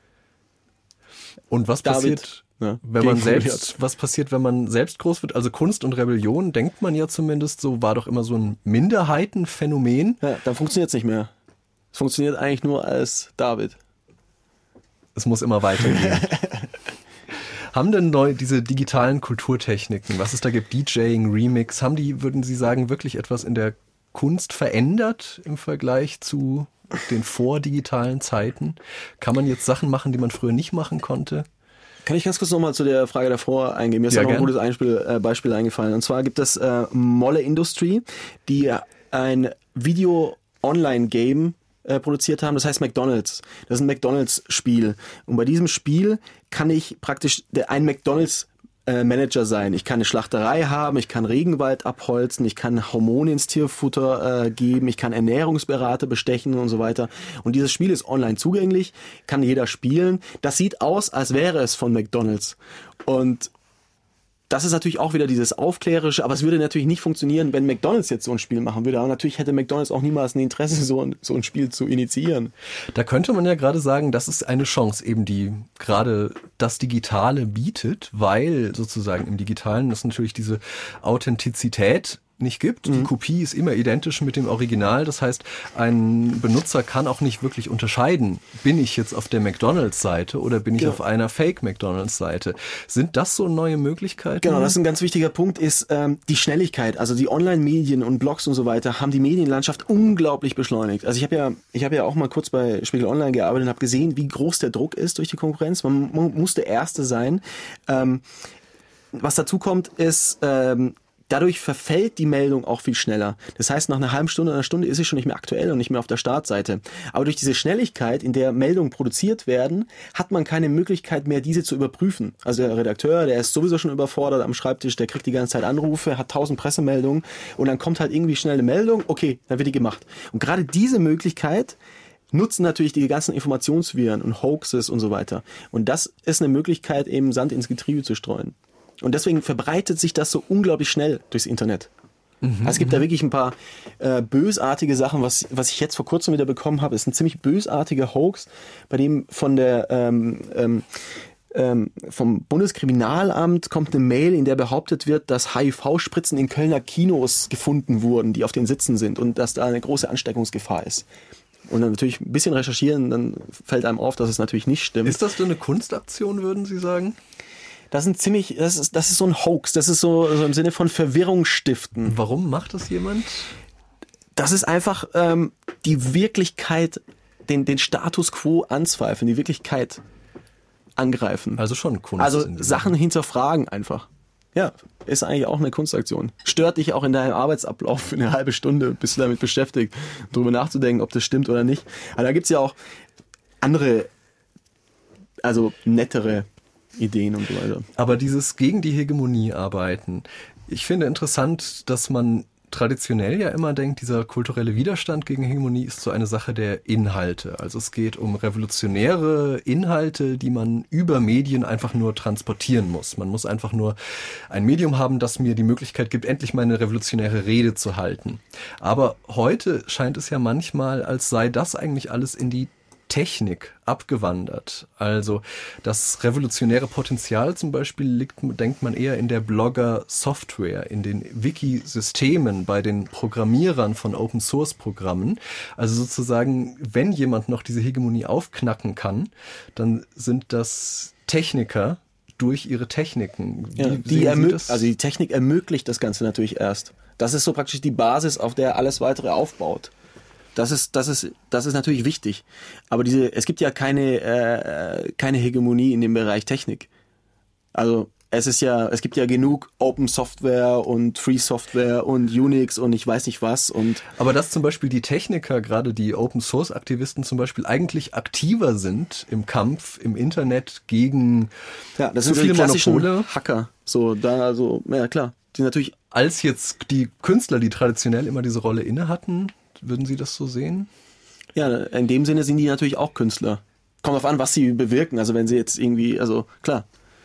Und was passiert... was passiert, wenn man selbst groß wird? Also Kunst und Rebellion, denkt man ja zumindest so, war doch immer so ein Minderheitenphänomen. Ja, dann funktioniert es nicht mehr. Es funktioniert eigentlich nur als David. Es muss immer weitergehen. Haben denn diese digitalen Kulturtechniken, was es da gibt, DJing, Remix, haben die, würden Sie sagen, wirklich etwas in der Kunst verändert im Vergleich zu den vordigitalen Zeiten? Kann man jetzt Sachen machen, die man früher nicht machen konnte? Kann ich ganz kurz nochmal zu der Frage davor eingehen? Mir ist noch ein gutes Beispiel eingefallen. Und zwar gibt es Molle Industry, die ein Video-Online-Game produziert haben, das heißt McDonald's. Das ist ein McDonald's-Spiel. Und bei diesem Spiel kann ich praktisch ein McDonald's Manager sein. Ich kann eine Schlachterei haben, ich kann Regenwald abholzen, ich kann Hormone ins Tierfutter geben, ich kann Ernährungsberater bestechen und so weiter. Und dieses Spiel ist online zugänglich, kann jeder spielen. Das sieht aus, als wäre es von McDonald's. Und das ist natürlich auch wieder dieses Aufklärerische, aber es würde natürlich nicht funktionieren, wenn McDonald's jetzt so ein Spiel machen würde. Aber natürlich hätte McDonald's auch niemals ein Interesse, so ein Spiel zu initiieren. Da könnte man ja gerade sagen, das ist eine Chance, eben die gerade das Digitale bietet, weil sozusagen im Digitalen das natürlich diese Authentizität nicht gibt. Die Kopie ist immer identisch mit dem Original. Das heißt, ein Benutzer kann auch nicht wirklich unterscheiden, bin ich jetzt auf der McDonald's-Seite oder bin ich auf einer Fake-McDonald's-Seite. Sind das so neue Möglichkeiten? Genau, das ist ein ganz wichtiger Punkt, ist die Schnelligkeit. Also die Online-Medien und Blogs und so weiter haben die Medienlandschaft unglaublich beschleunigt. Also ich habe ja auch mal kurz bei Spiegel Online gearbeitet und habe gesehen, wie groß der Druck ist durch die Konkurrenz. Man muss der Erste sein. Was dazu kommt, ist... dadurch verfällt die Meldung auch viel schneller. Das heißt, nach einer halben Stunde, einer Stunde ist sie schon nicht mehr aktuell und nicht mehr auf der Startseite. Aber durch diese Schnelligkeit, in der Meldungen produziert werden, hat man keine Möglichkeit mehr, diese zu überprüfen. Also der Redakteur, der ist sowieso schon überfordert am Schreibtisch, der kriegt die ganze Zeit Anrufe, hat 1000 Pressemeldungen und dann kommt halt irgendwie schnell eine Meldung, okay, dann wird die gemacht. Und gerade diese Möglichkeit nutzen natürlich die ganzen Informationsviren und Hoaxes und so weiter. Und das ist eine Möglichkeit, eben Sand ins Getriebe zu streuen. Und deswegen verbreitet sich das so unglaublich schnell durchs Internet. Also es gibt da wirklich ein paar bösartige Sachen, was ich jetzt vor kurzem wieder bekommen habe, ist ein ziemlich bösartiger Hoax, bei dem von der vom Bundeskriminalamt kommt eine Mail, in der behauptet wird, dass HIV-Spritzen in Kölner Kinos gefunden wurden, die auf den Sitzen sind und dass da eine große Ansteckungsgefahr ist. Und dann natürlich ein bisschen recherchieren, dann fällt einem auf, dass es natürlich nicht stimmt. Ist das denn eine Kunstaktion, würden Sie sagen? Das ist so ein Hoax, das ist so im Sinne von Verwirrung stiften. Warum macht das jemand? Das ist einfach die Wirklichkeit, den Status quo anzweifeln, die Wirklichkeit angreifen. Also schon Kunst. Also Sachen hinterfragen einfach. Ja, ist eigentlich auch eine Kunstaktion. Stört dich auch in deinem Arbeitsablauf für eine halbe Stunde, bist du damit beschäftigt, darüber nachzudenken, ob das stimmt oder nicht. Aber da gibt's ja auch andere, also nettere Ideen und so weiter. Aber dieses gegen die Hegemonie arbeiten, ich finde interessant, dass man traditionell ja immer denkt, dieser kulturelle Widerstand gegen Hegemonie ist so eine Sache der Inhalte. Also es geht um revolutionäre Inhalte, die man über Medien einfach nur transportieren muss. Man muss einfach nur ein Medium haben, das mir die Möglichkeit gibt, endlich mal eine revolutionäre Rede zu halten. Aber heute scheint es ja manchmal, als sei das eigentlich alles in die Technik abgewandert. Also das revolutionäre Potenzial zum Beispiel denkt man eher in der Blogger-Software, in den Wiki-Systemen, bei den Programmierern von Open-Source-Programmen. Also sozusagen, wenn jemand noch diese Hegemonie aufknacken kann, dann sind das Techniker durch ihre Techniken. Ja, also die Technik ermöglicht das Ganze natürlich erst. Das ist so praktisch die Basis, auf der alles weitere aufbaut. Das ist natürlich wichtig. Aber es gibt ja keine Hegemonie in dem Bereich Technik. Also es gibt ja genug Open Software und Free Software und Unix und ich weiß nicht was. Aber dass zum Beispiel die Techniker, gerade die Open Source Aktivisten zum Beispiel, eigentlich aktiver sind im Kampf im Internet gegen das zu sind viele die klassischen Monopole. Hacker. Ja klar. Die natürlich als jetzt die Künstler, die traditionell immer diese Rolle inne hatten. Würden Sie das so sehen? Ja, in dem Sinne sind die natürlich auch Künstler. Kommt drauf an, was sie bewirken. Also wenn sie jetzt irgendwie, also klar.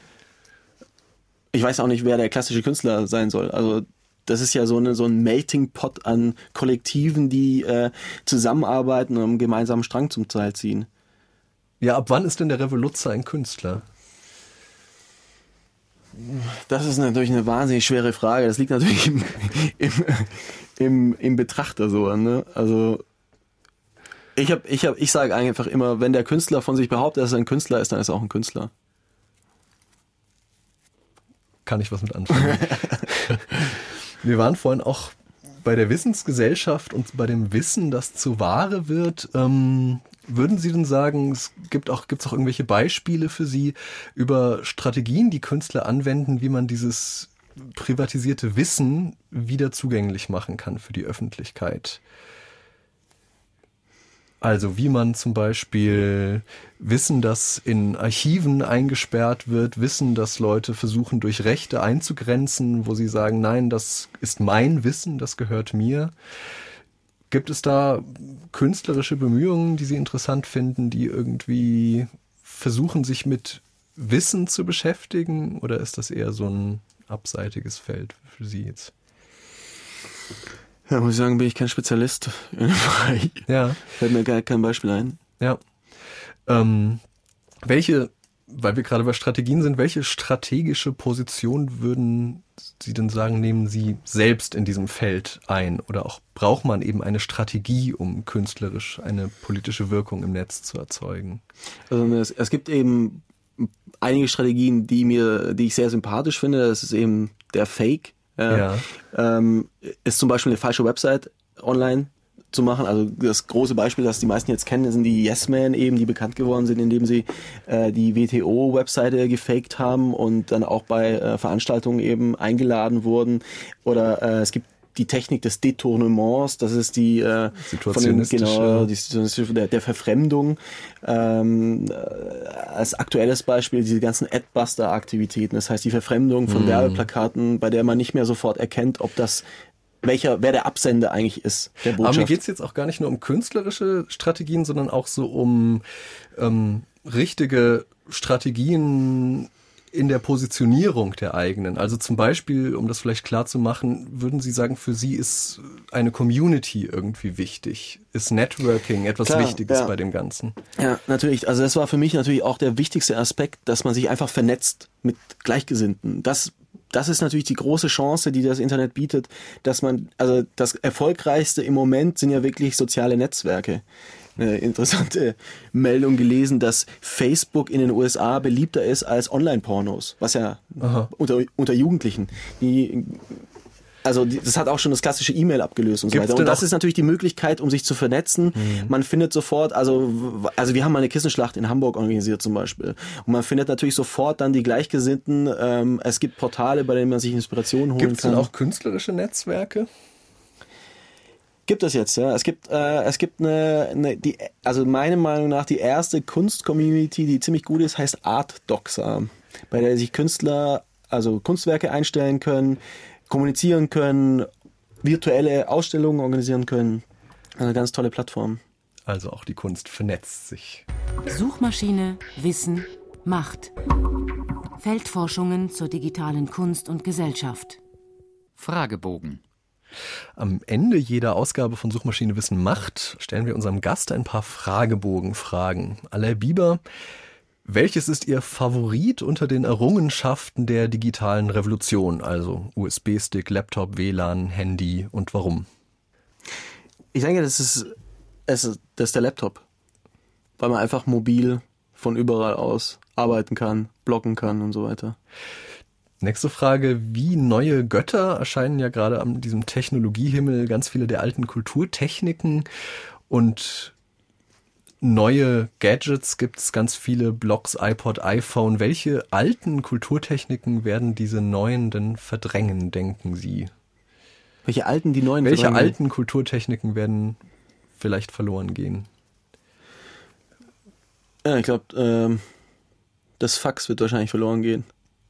Ich weiß auch nicht, wer der klassische Künstler sein soll. Also das ist ja so ein Melting Pot an Kollektiven, die zusammenarbeiten und einen gemeinsamen Strang zum Teil ziehen. Ja, ab wann ist denn der Revoluzzer ein Künstler? Das ist natürlich eine wahnsinnig schwere Frage. Das liegt natürlich im Betrachter so, ne? Also ich sage einfach immer, wenn der Künstler von sich behauptet, dass er ein Künstler ist, dann ist er auch ein Künstler. Kann ich was mit anfangen. Wir waren vorhin auch bei der Wissensgesellschaft und bei dem Wissen, das zu Ware wird. Würden Sie denn sagen, gibt's auch irgendwelche Beispiele für Sie über Strategien, die Künstler anwenden, wie man dieses privatisierte Wissen wieder zugänglich machen kann für die Öffentlichkeit? Also wie man zum Beispiel Wissen, das in Archiven eingesperrt wird, Wissen, das Leute versuchen durch Rechte einzugrenzen, wo sie sagen, nein, das ist mein Wissen, das gehört mir. Gibt es da künstlerische Bemühungen, die Sie interessant finden, die irgendwie versuchen, sich mit Wissen zu beschäftigen? Oder ist das eher so ein abseitiges Feld für Sie jetzt? Ja, muss ich sagen, bin ich kein Spezialist in dem Bereich. Ja. Fällt mir gar kein Beispiel ein. Ja. Weil wir gerade bei Strategien sind, welche strategische Position würden Sie denn sagen, nehmen Sie selbst in diesem Feld ein? Oder auch braucht man eben eine Strategie, um künstlerisch eine politische Wirkung im Netz zu erzeugen? Also es gibt eben einige Strategien, die ich sehr sympathisch finde. Das ist eben der Fake. Ja. Ist zum Beispiel eine falsche Website online zu machen. Also das große Beispiel, das die meisten jetzt kennen, sind die Yes Men eben, die bekannt geworden sind, indem sie die WTO-Webseite gefaked haben und dann auch bei Veranstaltungen eben eingeladen wurden. Oder es gibt die Technik des Detournements, das ist die der Verfremdung. Als aktuelles Beispiel diese ganzen Adbuster-Aktivitäten, das heißt die Verfremdung von Werbeplakaten, bei der man nicht mehr sofort erkennt, ob das wer der Absender eigentlich ist, der Botschaft. Aber mir geht es jetzt auch gar nicht nur um künstlerische Strategien, sondern auch so um richtige Strategien in der Positionierung der eigenen. Also zum Beispiel, um das vielleicht klar zu machen, würden Sie sagen, für Sie ist eine Community irgendwie wichtig? Ist Networking etwas Wichtiges bei dem Ganzen? Ja, natürlich. Also das war für mich natürlich auch der wichtigste Aspekt, dass man sich einfach vernetzt mit Gleichgesinnten. Das ist natürlich die große Chance, die das Internet bietet, dass man, also das Erfolgreichste im Moment sind ja wirklich soziale Netzwerke. Eine interessante Meldung gelesen, dass Facebook in den USA beliebter ist als Online-Pornos, was ja unter Jugendlichen. Das hat auch schon das klassische E-Mail abgelöst und so weiter. Und das ist natürlich die Möglichkeit, um sich zu vernetzen. Man findet sofort, also wir haben mal eine Kissenschlacht in Hamburg organisiert zum Beispiel. Und man findet natürlich sofort dann die Gleichgesinnten. Es gibt Portale, bei denen man sich Inspiration holen kann. Gibt es denn auch künstlerische Netzwerke? Gibt es jetzt, ja. Es gibt also meiner Meinung nach die erste Kunst-Community, die ziemlich gut ist, heißt Art Doxa, bei der sich Künstler, also Kunstwerke einstellen können, kommunizieren können, virtuelle Ausstellungen organisieren können. Eine ganz tolle Plattform. Also auch die Kunst vernetzt sich. Suchmaschine, Wissen, Macht. Feldforschungen zur digitalen Kunst und Gesellschaft. Fragebogen. Am Ende jeder Ausgabe von Suchmaschine Wissen Macht stellen wir unserem Gast ein paar Fragebogenfragen. Alain Biber, welches ist Ihr Favorit unter den Errungenschaften der digitalen Revolution? Also USB-Stick, Laptop, WLAN, Handy und warum? Ich denke, das ist der Laptop. Weil man einfach mobil von überall aus arbeiten kann, bloggen kann und so weiter. Nächste Frage, wie neue Götter erscheinen ja gerade an diesem Technologiehimmel ganz viele der alten Kulturtechniken und neue Gadgets gibt es, ganz viele Blogs, iPod, iPhone. Welche alten Kulturtechniken werden diese neuen denn verdrängen, denken Sie? Welche alten Kulturtechniken werden vielleicht verloren gehen? Ja, ich glaube, das Fax wird wahrscheinlich verloren gehen.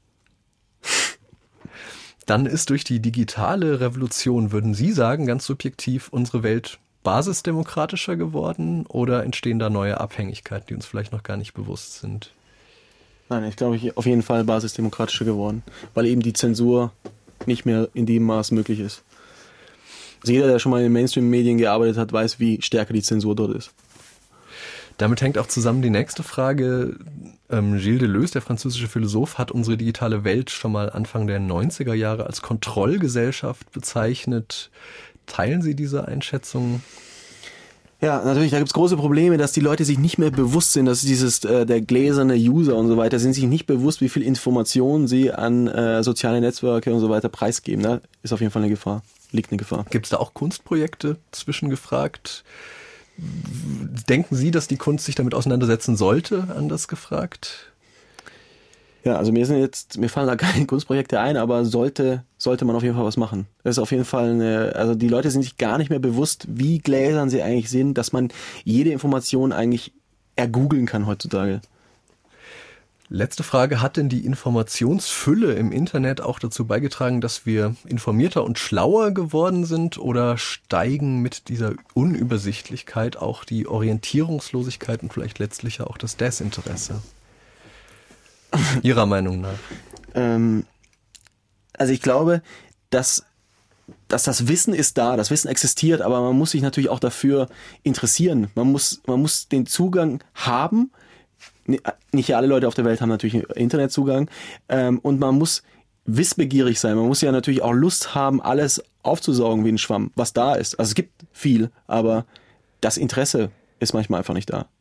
Dann ist durch die digitale Revolution, würden Sie sagen, ganz subjektiv, unsere Welt basisdemokratischer geworden oder entstehen da neue Abhängigkeiten, die uns vielleicht noch gar nicht bewusst sind? Nein, ich glaube, auf jeden Fall basisdemokratischer geworden, weil eben die Zensur nicht mehr in dem Maß möglich ist. Also jeder, der schon mal in den Mainstream-Medien gearbeitet hat, weiß, wie stärker die Zensur dort ist. Damit hängt auch zusammen die nächste Frage. Gilles Deleuze, der französische Philosoph, hat unsere digitale Welt schon mal Anfang der 90er Jahre als Kontrollgesellschaft bezeichnet. Teilen Sie diese Einschätzung? Ja, natürlich, da gibt es große Probleme, dass die Leute sich nicht mehr bewusst sind, dass der gläserne User und so weiter, sind sich nicht bewusst, wie viel Informationen sie an soziale Netzwerke und so weiter preisgeben. Da ist auf jeden Fall liegt eine Gefahr. Gibt es da auch Kunstprojekte zwischengefragt? Denken Sie, dass die Kunst sich damit auseinandersetzen sollte, anders gefragt? Ja, also mir fallen da keine Kunstprojekte ein, aber sollte man auf jeden Fall was machen. Das ist auf jeden Fall also die Leute sind sich gar nicht mehr bewusst, wie gläsern sie eigentlich sind, dass man jede Information eigentlich ergoogeln kann heutzutage. Letzte Frage, hat denn die Informationsfülle im Internet auch dazu beigetragen, dass wir informierter und schlauer geworden sind oder steigen mit dieser Unübersichtlichkeit auch die Orientierungslosigkeit und vielleicht letztlich auch das Desinteresse? Ihrer Meinung nach? Also ich glaube, dass das Wissen ist da, das Wissen existiert, aber man muss sich natürlich auch dafür interessieren. Man muss den Zugang haben. Nicht alle Leute auf der Welt haben natürlich Internetzugang und man muss wissbegierig sein. Man muss ja natürlich auch Lust haben, alles aufzusaugen wie ein Schwamm, was da ist. Also es gibt viel, aber das Interesse ist manchmal einfach nicht da.